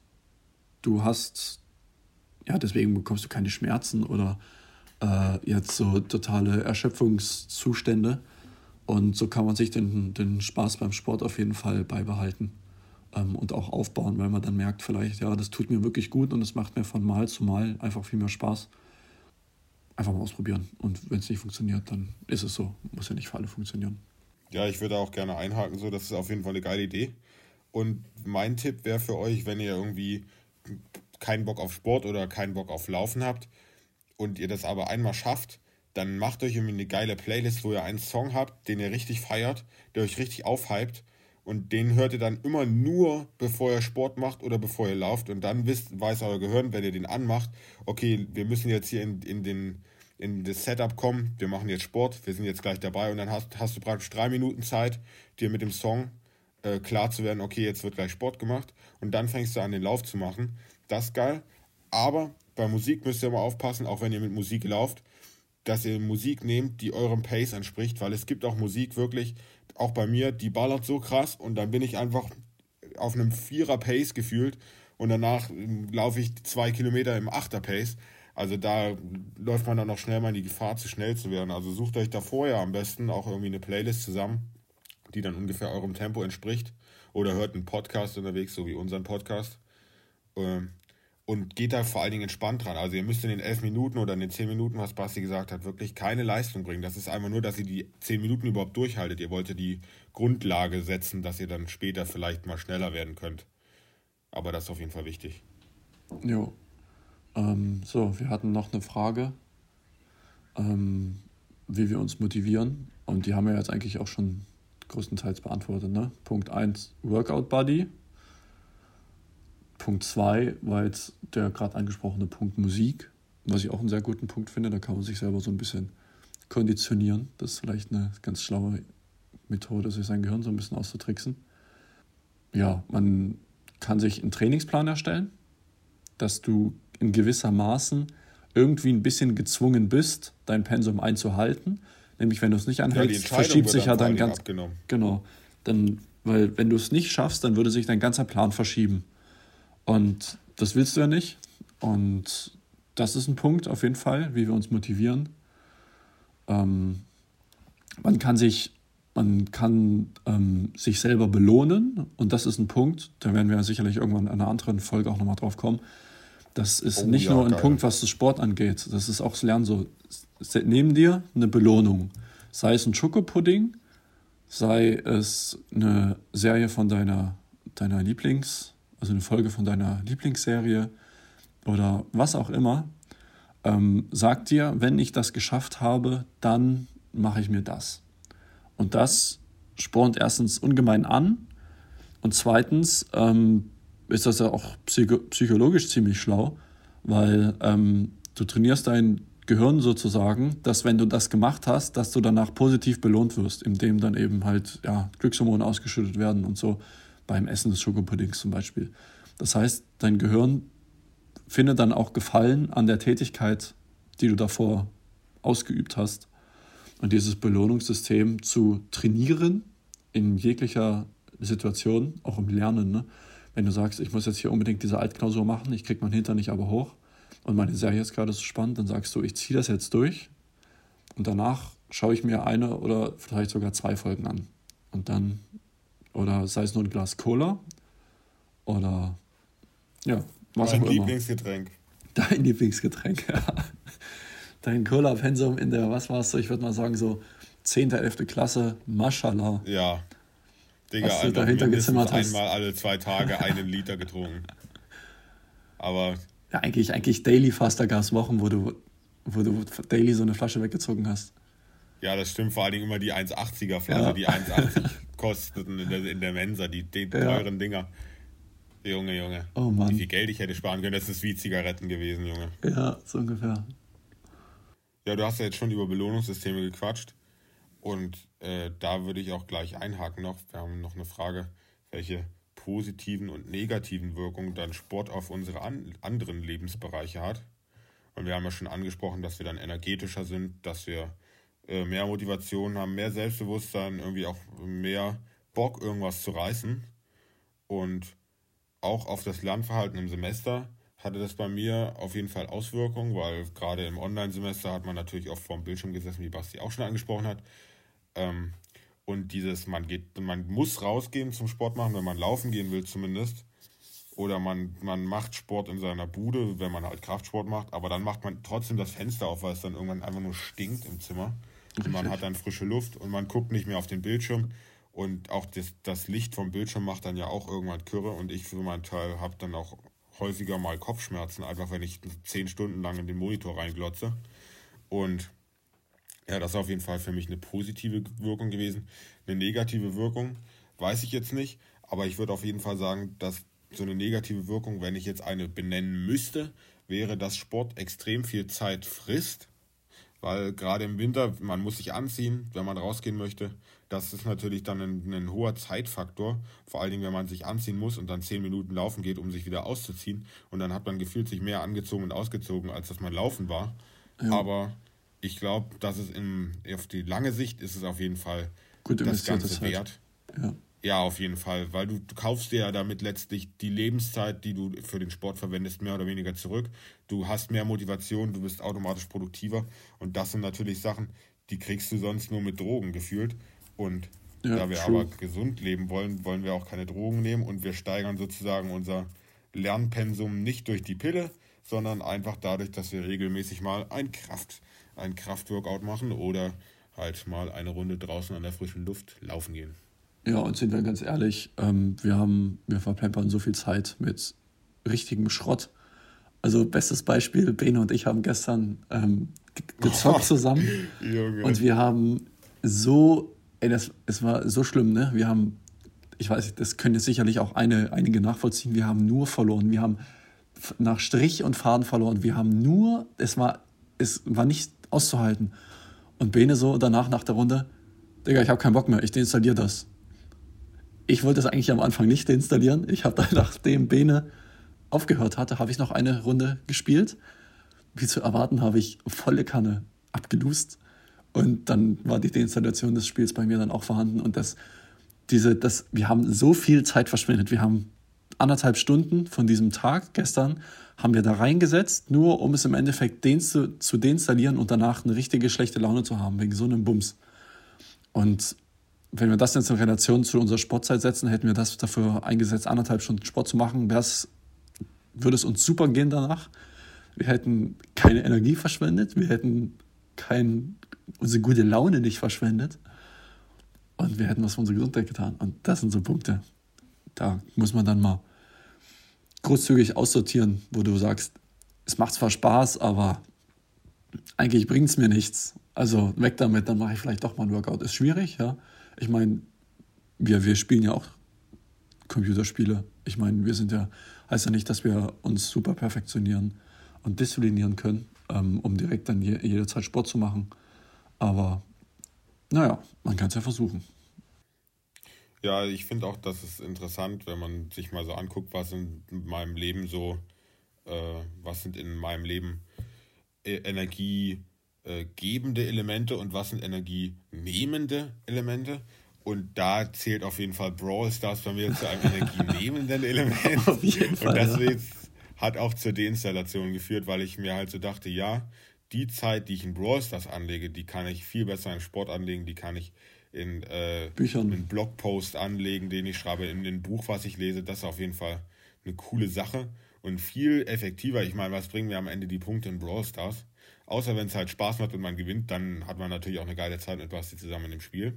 Speaker 2: Du hast, ja, deswegen bekommst du keine Schmerzen oder äh, jetzt so totale Erschöpfungszustände. Und so kann man sich den, den Spaß beim Sport auf jeden Fall beibehalten ähm, und auch aufbauen, weil man dann merkt vielleicht, ja, das tut mir wirklich gut und es macht mir von Mal zu Mal einfach viel mehr Spaß. Einfach mal ausprobieren. Und wenn es nicht funktioniert, dann ist es so. Muss ja nicht für alle funktionieren.
Speaker 1: Ja, ich würde auch gerne einhaken, so, das ist auf jeden Fall eine geile Idee. Und mein Tipp wäre für euch, wenn ihr irgendwie keinen Bock auf Sport oder keinen Bock auf Laufen habt und ihr das aber einmal schafft, dann macht euch irgendwie eine geile Playlist, wo ihr einen Song habt, den ihr richtig feiert, der euch richtig aufhypt und den hört ihr dann immer nur, bevor ihr Sport macht oder bevor ihr lauft und dann wisst, weiß euer Gehirn, wenn ihr den anmacht, okay, wir müssen jetzt hier in, in, den, in das Setup kommen, wir machen jetzt Sport, wir sind jetzt gleich dabei und dann hast, hast du praktisch drei Minuten Zeit, dir mit dem Song äh, klar zu werden, okay, jetzt wird gleich Sport gemacht und dann fängst du an, den Lauf zu machen. Das ist geil, aber bei Musik müsst ihr immer aufpassen, auch wenn ihr mit Musik lauft, dass ihr Musik nehmt, die eurem Pace entspricht, weil es gibt auch Musik wirklich, auch bei mir, die ballert so krass und dann bin ich einfach auf einem Vierer-Pace gefühlt und danach laufe ich zwei Kilometer im Achter-Pace. Also da läuft man dann auch schnell mal in die Gefahr, zu schnell zu werden. Also sucht euch da vorher am besten auch irgendwie eine Playlist zusammen, die dann ungefähr eurem Tempo entspricht oder hört einen Podcast unterwegs, so wie unseren Podcast. Ähm, Und geht da vor allen Dingen entspannt dran. Also ihr müsst in den elf Minuten oder in den zehn Minuten, was Basti gesagt hat, wirklich keine Leistung bringen. Das ist einfach nur, dass ihr die zehn Minuten überhaupt durchhaltet. Ihr wollt ja die Grundlage setzen, dass ihr dann später vielleicht mal schneller werden könnt. Aber das ist auf jeden Fall wichtig.
Speaker 2: Jo. Ähm, so, wir hatten noch eine Frage, ähm, wie wir uns motivieren. Und die haben wir jetzt eigentlich auch schon größtenteils beantwortet. Ne? Punkt eins, Workout Buddy. Punkt zwei war jetzt der gerade angesprochene Punkt Musik, was ich auch einen sehr guten Punkt finde. Da kann man sich selber so ein bisschen konditionieren. Das ist vielleicht eine ganz schlaue Methode, sich sein Gehirn so ein bisschen auszutricksen. Ja, man kann sich einen Trainingsplan erstellen, dass du in gewisser Maßen irgendwie ein bisschen gezwungen bist, dein Pensum einzuhalten. Nämlich, wenn du es nicht anhältst, ja, verschiebt sich ja dein ganz... Abgenommen. Genau. Dann, weil wenn du es nicht schaffst, dann würde sich dein ganzer Plan verschieben. Und das willst du ja nicht. Und das ist ein Punkt auf jeden Fall, wie wir uns motivieren. Ähm, man kann sich, man kann ähm, sich selber belohnen. Und das ist ein Punkt, da werden wir sicherlich irgendwann in einer anderen Folge auch nochmal drauf kommen. Das ist oh, nicht ja, nur ein geil. Punkt, was das Sport angeht. Das ist auch das Lernen so. Neben dir eine Belohnung. Sei es ein Schokopudding sei es eine Serie von deiner, deiner Lieblings, also eine Folge von deiner Lieblingsserie oder was auch immer, ähm, sag dir, wenn ich das geschafft habe, dann mache ich mir das. Und das spornt erstens ungemein an und zweitens ähm, ist das ja auch psycho- psychologisch ziemlich schlau, weil ähm, du trainierst dein Gehirn sozusagen, dass wenn du das gemacht hast, dass du danach positiv belohnt wirst, indem dann eben halt ja, Glückshormone ausgeschüttet werden und so beim Essen des Schokopuddings zum Beispiel. Das heißt, dein Gehirn findet dann auch Gefallen an der Tätigkeit, die du davor ausgeübt hast. Und dieses Belohnungssystem zu trainieren in jeglicher Situation, auch im Lernen, ne? Wenn du sagst, ich muss jetzt hier unbedingt diese Altklausur machen, ich kriege meinen Hintern nicht aber hoch und meine Serie ist gerade so spannend, dann sagst du, ich ziehe das jetzt durch und danach schaue ich mir eine oder vielleicht sogar zwei Folgen an. Und dann, oder sei es nur ein Glas Cola oder ja, was
Speaker 1: Mein
Speaker 2: auch immer.
Speaker 1: Lieblingsgetränk.
Speaker 2: Dein Lieblingsgetränk, ja. Dein Cola-Pensum in der, was war's so, ich würde mal sagen so zehnte, elfte Klasse, Maschallah.
Speaker 1: Ja. Digga,
Speaker 2: was du
Speaker 1: also
Speaker 2: dahinter
Speaker 1: mindestens
Speaker 2: gezimmert hast.
Speaker 1: einmal alle zwei Tage einen Liter getrunken. Aber
Speaker 2: Ja, eigentlich, eigentlich Daily Fastergas-Wochen, wo du, wo du daily so eine Flasche weggezogen hast.
Speaker 1: ja, das stimmt, vor allen Dingen immer die eins achtziger Flasche,
Speaker 2: Ja.
Speaker 1: die eins achtzig kosteten in der, in der Mensa, die, die
Speaker 2: Ja.
Speaker 1: teuren Dinger. Junge, Junge.
Speaker 2: Oh Mann.
Speaker 1: Wie viel Geld ich hätte sparen können, das ist wie Zigaretten gewesen, Junge.
Speaker 2: Ja, so ungefähr.
Speaker 1: Ja, du hast ja jetzt schon über Belohnungssysteme gequatscht und äh, da würde ich auch gleich einhaken noch. Wir haben noch eine Frage, welche positiven und negativen Wirkungen dann Sport auf unsere an, anderen Lebensbereiche hat. Und wir haben ja schon angesprochen, dass wir dann energetischer sind, dass wir äh, mehr Motivation haben, mehr Selbstbewusstsein, irgendwie auch mehr Bock, irgendwas zu reißen. Und auch auf das Lernverhalten im Semester hatte das bei mir auf jeden Fall Auswirkungen, weil gerade im Online-Semester hat man natürlich oft vor dem Bildschirm gesessen, wie Basti auch schon angesprochen hat. Ähm, und dieses, man geht, man muss rausgehen zum Sport machen, wenn man laufen gehen will zumindest. Oder man, man macht Sport in seiner Bude, wenn man halt Kraftsport macht, aber dann macht man trotzdem das Fenster auf, weil es dann irgendwann einfach nur stinkt im Zimmer. Und man hat dann frische Luft und man guckt nicht mehr auf den Bildschirm. Und auch das, das Licht vom Bildschirm macht dann ja auch irgendwann Kürre. Und ich für meinen Teil habe dann auch häufiger mal Kopfschmerzen, einfach wenn ich zehn Stunden lang in den Monitor reinglotze. Und ja, das ist auf jeden Fall für mich eine positive Wirkung gewesen. Eine negative Wirkung weiß ich jetzt nicht, aber ich würde auf jeden Fall sagen, dass so eine negative Wirkung, wenn ich jetzt eine benennen müsste, wäre, dass Sport extrem viel Zeit frisst, weil gerade im Winter, man muss sich anziehen, wenn man rausgehen möchte. Das ist natürlich dann ein, ein hoher Zeitfaktor, vor allen Dingen, wenn man sich anziehen muss und dann zehn Minuten laufen geht, um sich wieder auszuziehen. Und dann hat man gefühlt sich mehr angezogen und ausgezogen, als dass man laufen war. Ja. Aber ich glaube, dass es in, auf die lange Sicht ist es auf jeden Fall
Speaker 2: Gut
Speaker 1: das Ganze
Speaker 2: Zeit.
Speaker 1: wert.
Speaker 2: Ja.
Speaker 1: Ja, auf jeden Fall, weil du, du kaufst dir ja damit letztlich die Lebenszeit, die du für den Sport verwendest, mehr oder weniger zurück. Du hast mehr Motivation, du bist automatisch produktiver und das sind natürlich Sachen, die kriegst du sonst nur mit Drogen gefühlt. Und ja, da wir true. aber gesund leben wollen, wollen wir auch keine Drogen nehmen und wir steigern sozusagen unser Lernpensum nicht durch die Pille, sondern einfach dadurch, dass wir regelmäßig mal ein Kraft, ein Kraftworkout machen oder halt mal eine Runde draußen an der frischen Luft laufen gehen.
Speaker 2: Ja, und sind wir ganz ehrlich, ähm, wir haben, wir verplempern so viel Zeit mit richtigem Schrott. Also bestes Beispiel, Bene und ich haben gestern ähm, gezockt zusammen
Speaker 1: Junge.
Speaker 2: Und wir haben so, ey, das, es war so schlimm, ne? Wir haben, ich weiß nicht, das können jetzt sicherlich auch eine, einige nachvollziehen, wir haben nur verloren, wir haben nach Strich und Faden verloren, wir haben nur, es war, es war nicht auszuhalten. Und Bene so danach nach der Runde, Digga, ich habe keinen Bock mehr, ich deinstalliere das. Ich wollte das eigentlich am Anfang nicht deinstallieren. Ich habe dann, nachdem Bene aufgehört hatte, habe ich noch eine Runde gespielt. Wie zu erwarten, habe ich volle Kanne abgelust. Und dann war die Deinstallation des Spiels bei mir dann auch vorhanden. Und das, diese, das, wir haben so viel Zeit verschwendet. Wir haben anderthalb Stunden von diesem Tag gestern haben wir da reingesetzt, nur um es im Endeffekt zu, zu deinstallieren und danach eine richtige schlechte Laune zu haben, wegen so einem Bums. Und wenn wir das jetzt in Relation zu unserer Sportzeit setzen, hätten wir das dafür eingesetzt, anderthalb Stunden Sport zu machen, wär's, würde es uns super gehen danach. Wir hätten keine Energie verschwendet, wir hätten kein, unsere gute Laune nicht verschwendet. und wir hätten was für unsere Gesundheit getan. Und das sind so Punkte, da muss man dann mal großzügig aussortieren, wo du sagst, es macht zwar Spaß, aber eigentlich bringt es mir nichts. Also weg damit, dann mache ich vielleicht doch mal ein Workout. Ist schwierig, ja. Ich meine, wir, wir spielen ja auch Computerspiele. Ich meine, wir sind ja, heißt ja nicht, dass wir uns super perfektionieren und disziplinieren können, ähm, um direkt dann je, jederzeit Sport zu machen. Aber naja, man kann es ja versuchen.
Speaker 1: Ja, ich finde auch, das ist interessant, wenn man sich mal so anguckt, was in meinem Leben so, äh, was sind in meinem Leben äh, energiegebende Elemente und was sind energienehmende Elemente. Und da zählt auf jeden Fall Brawl Stars bei mir zu einem energienehmenden Element. Auf jeden Fall, und das ja. hat auch zur Deinstallation geführt, weil ich mir halt so dachte, ja, die Zeit, die ich in Brawl Stars anlege, die kann ich viel besser in Sport anlegen, die kann ich in äh, einen Blogpost anlegen, den ich schreibe, in ein Buch, was ich lese. Das ist auf jeden Fall eine coole Sache und viel effektiver. Ich meine, was bringen mir am Ende die Punkte in Brawl Stars? Außer wenn es halt Spaß macht und man gewinnt, dann hat man natürlich auch eine geile Zeit mit Basti zusammen im Spiel.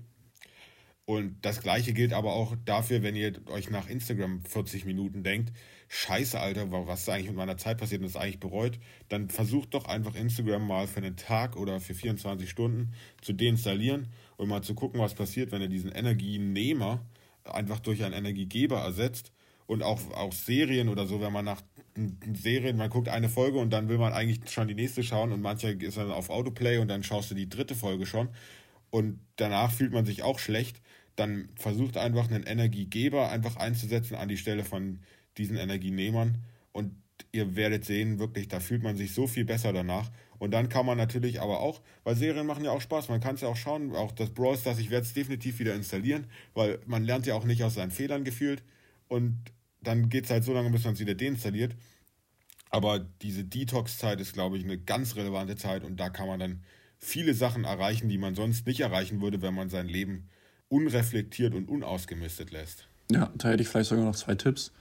Speaker 1: Und das Gleiche gilt aber auch dafür, wenn ihr euch nach Instagram vierzig Minuten denkt, scheiße, Alter, was ist eigentlich mit meiner Zeit passiert und das eigentlich bereut, dann versucht doch einfach Instagram mal für einen Tag oder für vierundzwanzig Stunden zu deinstallieren und mal zu gucken, was passiert, wenn ihr diesen Energienehmer einfach durch einen Energiegeber ersetzt. Und auch, auch Serien oder so, wenn man nach Serien, man guckt eine Folge und dann will man eigentlich schon die nächste schauen und manche ist dann auf Autoplay und dann schaust du die dritte Folge schon und danach fühlt man sich auch schlecht, dann versucht einfach einen Energiegeber einfach einzusetzen an die Stelle von diesen Energienehmern und ihr werdet sehen, wirklich, da fühlt man sich so viel besser danach. Und dann kann man natürlich aber auch, weil Serien machen ja auch Spaß, man kann es ja auch schauen, auch das Brawl Stars, ich werde es definitiv wieder installieren, weil man lernt ja auch nicht aus seinen Fehlern gefühlt und dann geht es halt so lange, bis man es wieder deinstalliert. Aber diese Detox-Zeit ist, glaube ich, eine ganz relevante Zeit und da kann man dann viele Sachen erreichen, die man sonst nicht erreichen würde, wenn man sein Leben unreflektiert und unausgemistet lässt.
Speaker 2: Ja, da hätte ich vielleicht sogar noch zwei Tipps.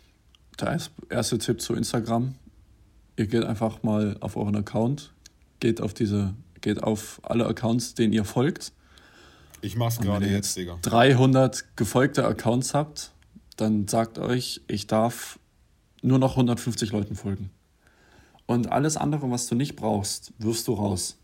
Speaker 2: Der erste Tipp zu Instagram. Ihr geht einfach mal auf euren Account, geht auf diese, geht auf alle Accounts, denen ihr folgt.
Speaker 1: Ich mach's gerade jetzt, Digga.
Speaker 2: dreihundert gefolgte Accounts habt, dann sagt euch, ich darf nur noch hundertfünfzig Leuten folgen. Und alles andere, was du nicht brauchst, wirfst du raus.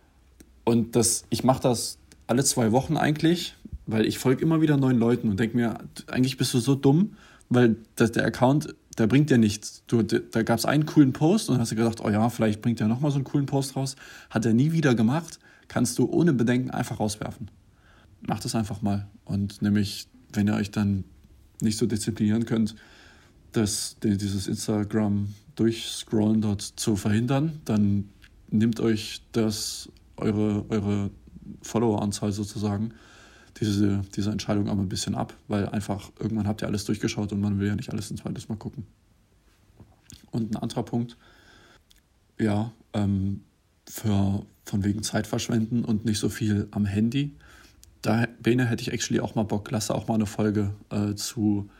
Speaker 2: Und das, ich mache das alle zwei Wochen eigentlich, weil ich folge immer wieder neuen Leuten und denke mir, eigentlich bist du so dumm, weil das, der Account, der bringt dir nichts. Du, da gab es einen coolen Post und hast dir gedacht, oh ja, vielleicht bringt er nochmal so einen coolen Post raus. Hat er nie wieder gemacht, kannst du ohne Bedenken einfach rauswerfen. Macht es einfach mal. Und nämlich, wenn ihr euch dann nicht so disziplinieren könnt, das, dieses Instagram durchscrollen dort zu verhindern, dann nimmt euch das, eure, eure Follower-Anzahl sozusagen, diese, diese Entscheidung aber ein bisschen ab, weil einfach irgendwann habt ihr alles durchgeschaut und man will ja nicht alles ein zweites Mal gucken. Und ein anderer Punkt, ja, ähm, für, von wegen Zeit verschwenden und nicht so viel am Handy. Da, Bene, hätte ich actually auch mal Bock, lasse auch mal eine Folge äh, zu,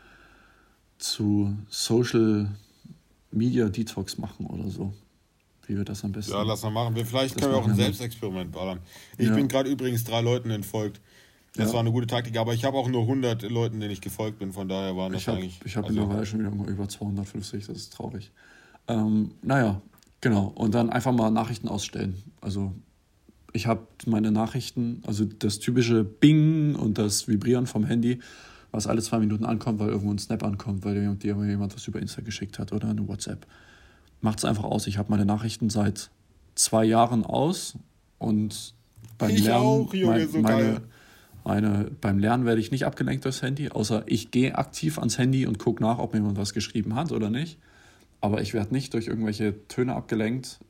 Speaker 2: zu Social Media Detox machen oder so. Wie wir das am besten...
Speaker 1: Ja, lass mal machen. Wir, vielleicht können wir auch ein Selbstexperiment ballern. Ich ja. bin gerade übrigens drei Leuten entfolgt. Das ja. war eine gute Taktik, aber ich habe auch nur hundert Leuten, denen ich gefolgt bin, von daher waren das
Speaker 2: ich hab,
Speaker 1: eigentlich...
Speaker 2: Ich habe
Speaker 1: also,
Speaker 2: mittlerweile schon wieder mal über zweihundertfünfzig, das ist traurig. Ähm, naja, genau. Und dann einfach mal Nachrichten ausstellen. Also ich habe meine Nachrichten, also das typische Bing und das Vibrieren vom Handy, was alle zwei Minuten ankommt, weil irgendwo ein Snap ankommt, weil dir jemand was über Insta geschickt hat oder eine WhatsApp. Macht es einfach aus. Ich habe meine Nachrichten seit zwei Jahren aus und beim ich Lernen... Auch, Junge, mein, so meine, geil. Meine, beim Lernen werde ich nicht abgelenkt durchs Handy, außer ich gehe aktiv ans Handy und gucke nach, ob mir jemand was geschrieben hat oder nicht. Aber ich werde nicht durch irgendwelche Töne abgelenkt.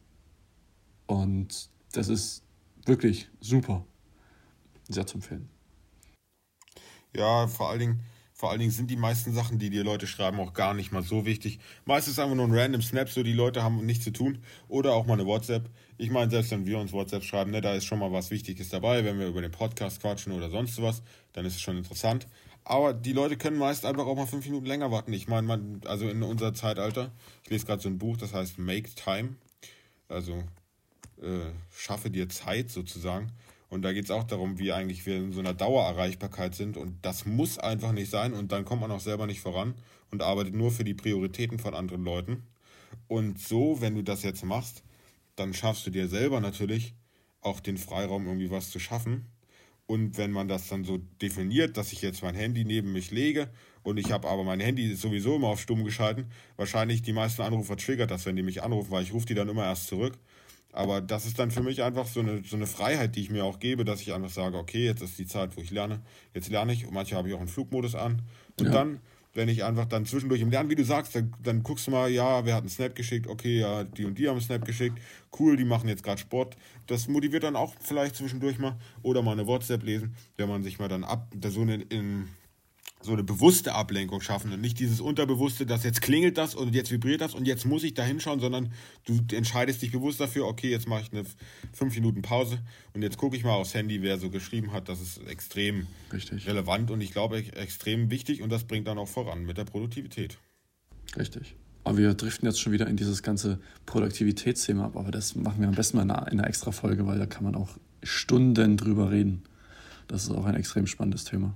Speaker 2: Und das ist wirklich super. Sehr zu empfehlen.
Speaker 1: Ja, vor allen Dingen, vor allen Dingen sind die meisten Sachen, die die Leute schreiben, auch gar nicht mal so wichtig. Meistens einfach nur ein random Snap, so die Leute haben nichts zu tun. Oder auch mal eine WhatsApp. Ich meine, selbst wenn wir uns WhatsApp schreiben, ne, da ist schon mal was Wichtiges dabei. Wenn wir über den Podcast quatschen oder sonst was, dann ist es schon interessant. Aber die Leute können meist einfach auch mal fünf Minuten länger warten. Ich meine, man, also in unser Zeitalter, ich lese gerade so ein Buch, das heißt Make Time. Also äh, schaffe dir Zeit sozusagen. Und da geht es auch darum, wie eigentlich wir in so einer Dauererreichbarkeit sind. Und das muss einfach nicht sein. Und dann kommt man auch selber nicht voran und arbeitet nur für die Prioritäten von anderen Leuten. Und so, wenn du das jetzt machst, dann schaffst du dir selber natürlich auch den Freiraum, irgendwie was zu schaffen. Und wenn man das dann so definiert, dass ich jetzt mein Handy neben mich lege und ich habe aber mein Handy sowieso immer auf stumm geschalten, wahrscheinlich die meisten Anrufer triggert das, wenn die mich anrufen, weil ich rufe die dann immer erst zurück. Aber das ist dann für mich einfach so eine, so eine Freiheit, die ich mir auch gebe, dass ich einfach sage, okay, jetzt ist die Zeit, wo ich lerne, jetzt lerne ich. Und manche habe ich auch einen Flugmodus an. Und ja. dann, wenn ich einfach dann zwischendurch im Lernen, wie du sagst, dann, dann guckst du mal, ja, wer hat einen Snap geschickt, okay, ja, die und die haben einen Snap geschickt, cool, die machen jetzt gerade Sport. Das motiviert dann auch vielleicht zwischendurch mal. Oder mal eine WhatsApp lesen, wenn man sich mal dann ab, so eine, in, so eine bewusste Ablenkung schaffen und nicht dieses Unterbewusste, dass jetzt klingelt das und jetzt vibriert das und jetzt muss ich da hinschauen, sondern du entscheidest dich bewusst dafür, okay, jetzt mache ich eine fünf Minuten Pause und jetzt gucke ich mal aufs Handy, wer so geschrieben hat. Das ist extrem
Speaker 2: Richtig.
Speaker 1: relevant und ich glaube extrem wichtig und das bringt dann auch voran mit der Produktivität.
Speaker 2: Richtig. Aber wir driften jetzt schon wieder in dieses ganze Produktivitätsthema ab, aber das machen wir am besten mal in einer, in einer extra Folge, weil da kann man auch Stunden drüber reden. Das ist auch ein extrem spannendes Thema.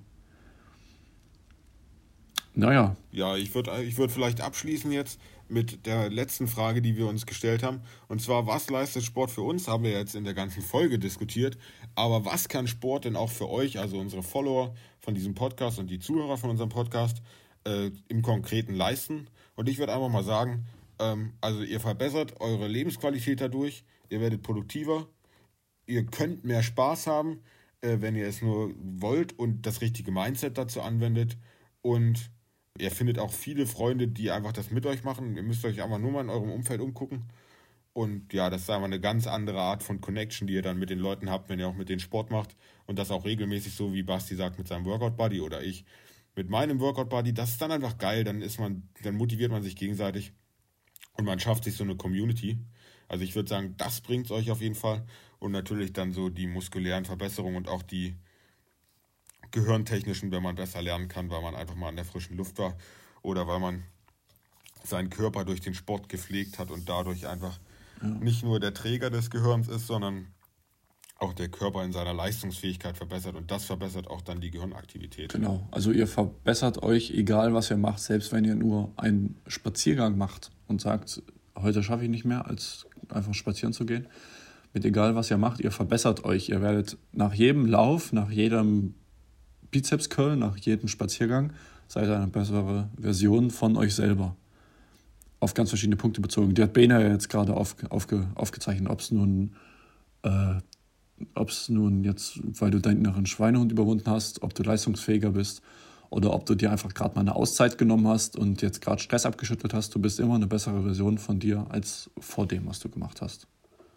Speaker 2: Naja.
Speaker 1: Ja, ich würde ich würd vielleicht abschließen jetzt mit der letzten Frage, die wir uns gestellt haben. Und zwar, was leistet Sport für uns? Haben wir jetzt in der ganzen Folge diskutiert. Aber was kann Sport denn auch für euch, also unsere Follower von diesem Podcast und die Zuhörer von unserem Podcast, äh, im Konkreten leisten? Und ich würde einfach mal sagen, ähm, also ihr verbessert eure Lebensqualität dadurch, ihr werdet produktiver, ihr könnt mehr Spaß haben, äh, wenn ihr es nur wollt und das richtige Mindset dazu anwendet. Und ihr findet auch viele Freunde, die einfach das mit euch machen. Ihr müsst euch einfach nur mal in eurem Umfeld umgucken. Und ja, das ist einfach eine ganz andere Art von Connection, die ihr dann mit den Leuten habt, wenn ihr auch mit denen Sport macht. Und das auch regelmäßig, so wie Basti sagt, mit seinem Workout-Buddy oder ich mit meinem Workout-Buddy. Das ist dann einfach geil. Dann ist man, dann motiviert man sich gegenseitig und man schafft sich so eine Community. Also ich würde sagen, das bringt es euch auf jeden Fall. Und natürlich dann so die muskulären Verbesserungen und auch die gehirntechnischen, wenn man besser lernen kann, weil man einfach mal in der frischen Luft war oder weil man seinen Körper durch den Sport gepflegt hat und dadurch einfach ja. nicht nur der Träger des Gehirns ist, sondern auch der Körper in seiner Leistungsfähigkeit verbessert und das verbessert auch dann die Gehirnaktivität.
Speaker 2: Genau, also ihr verbessert euch, egal was ihr macht, selbst wenn ihr nur einen Spaziergang macht und sagt, heute schaffe ich nicht mehr, als einfach spazieren zu gehen. Mit egal was ihr macht, ihr verbessert euch. Ihr werdet nach jedem Lauf, nach jedem Bizeps-Curl, nach jedem Spaziergang, seid ihr eine bessere Version von euch selber. Auf ganz verschiedene Punkte bezogen. Die hat Bena ja jetzt gerade auf, aufge, aufgezeichnet, ob es nun, äh, ob es nun jetzt, weil du deinen inneren Schweinehund überwunden hast, ob du leistungsfähiger bist oder ob du dir einfach gerade mal eine Auszeit genommen hast und jetzt gerade Stress abgeschüttelt hast. Du bist immer eine bessere Version von dir als vor dem, was du gemacht hast.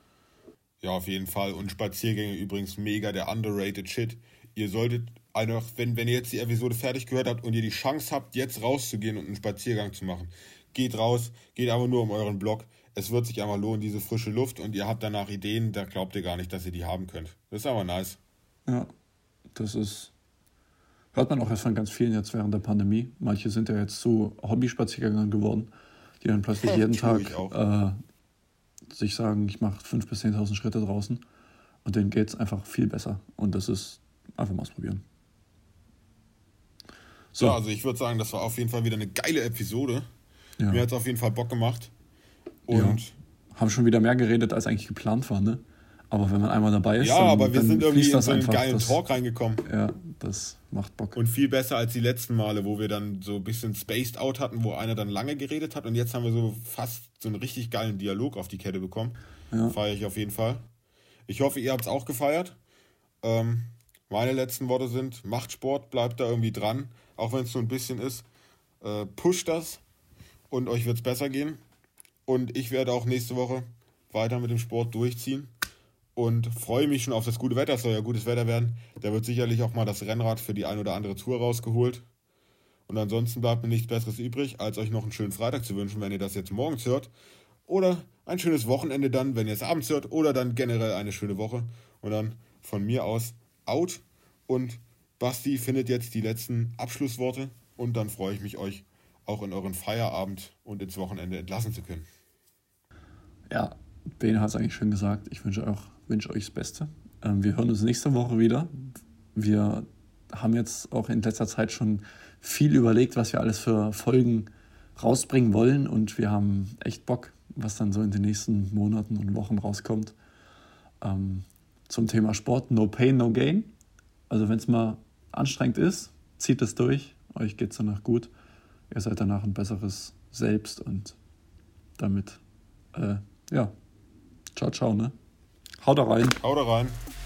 Speaker 1: Ja, auf jeden Fall. Und Spaziergänge übrigens mega der underrated Shit. Ihr solltet einfach, wenn, wenn ihr jetzt die Episode fertig gehört habt und ihr die Chance habt, jetzt rauszugehen und einen Spaziergang zu machen, geht raus, geht einfach nur um euren Block. Es wird sich einfach lohnen, diese frische Luft und ihr habt danach Ideen, da glaubt ihr gar nicht, dass ihr die haben könnt. Das ist aber nice.
Speaker 2: Ja, das ist, hört man auch erst von ganz vielen jetzt während der Pandemie. Manche sind ja jetzt zu Hobbyspaziergängern geworden, die dann plötzlich jeden Tag äh, sich sagen, ich mache fünftausend bis zehntausend Schritte draußen und denen geht es einfach viel besser. Und das ist einfach mal ausprobieren.
Speaker 1: So, ja, also ich würde sagen, das war auf jeden Fall wieder eine geile Episode. Ja. Mir hat es auf jeden Fall Bock gemacht. Und
Speaker 2: ja. Haben schon wieder mehr geredet, als eigentlich geplant war, ne? Aber wenn man einmal dabei ist,
Speaker 1: ja,
Speaker 2: dann,
Speaker 1: aber wir
Speaker 2: dann
Speaker 1: sind irgendwie in so einen
Speaker 2: einfach,
Speaker 1: geilen
Speaker 2: das,
Speaker 1: Talk reingekommen.
Speaker 2: Ja, das macht Bock.
Speaker 1: Und viel besser als die letzten Male, wo wir dann so ein bisschen spaced out hatten, wo einer dann lange geredet hat und jetzt haben wir so fast so einen richtig geilen Dialog auf die Kette bekommen. Ja. Feiere ich auf jeden Fall. Ich hoffe, ihr habt es auch gefeiert. Ähm, meine letzten Worte sind, macht Sport, bleibt da irgendwie dran, auch wenn es so ein bisschen ist. Äh, pusht das und euch wird es besser gehen. Und ich werde auch nächste Woche weiter mit dem Sport durchziehen und freue mich schon auf das gute Wetter. Es soll ja gutes Wetter werden. Da wird sicherlich auch mal das Rennrad für die ein oder andere Tour rausgeholt. Und ansonsten bleibt mir nichts Besseres übrig, als euch noch einen schönen Freitag zu wünschen, wenn ihr das jetzt morgens hört. Oder ein schönes Wochenende dann, wenn ihr es abends hört. Oder dann generell eine schöne Woche. Und dann von mir aus out. Und Basti findet jetzt die letzten Abschlussworte. Und dann freue ich mich, euch auch in euren Feierabend und ins Wochenende entlassen zu können.
Speaker 2: Ja, Bene hat es eigentlich schon gesagt. Ich wünsche, auch, wünsche euch das Beste. Ähm, wir hören uns nächste Woche wieder. Wir haben jetzt auch in letzter Zeit schon viel überlegt, was wir alles für Folgen rausbringen wollen. Und wir haben echt Bock, was dann so in den nächsten Monaten und Wochen rauskommt. Ähm, zum Thema Sport, no pain, no gain. Also wenn es mal anstrengend ist, zieht es durch. Euch geht es danach gut. Ihr seid danach ein besseres Selbst und damit, äh, ja, ciao, ciao, ne? Haut da rein.
Speaker 1: Haut da rein.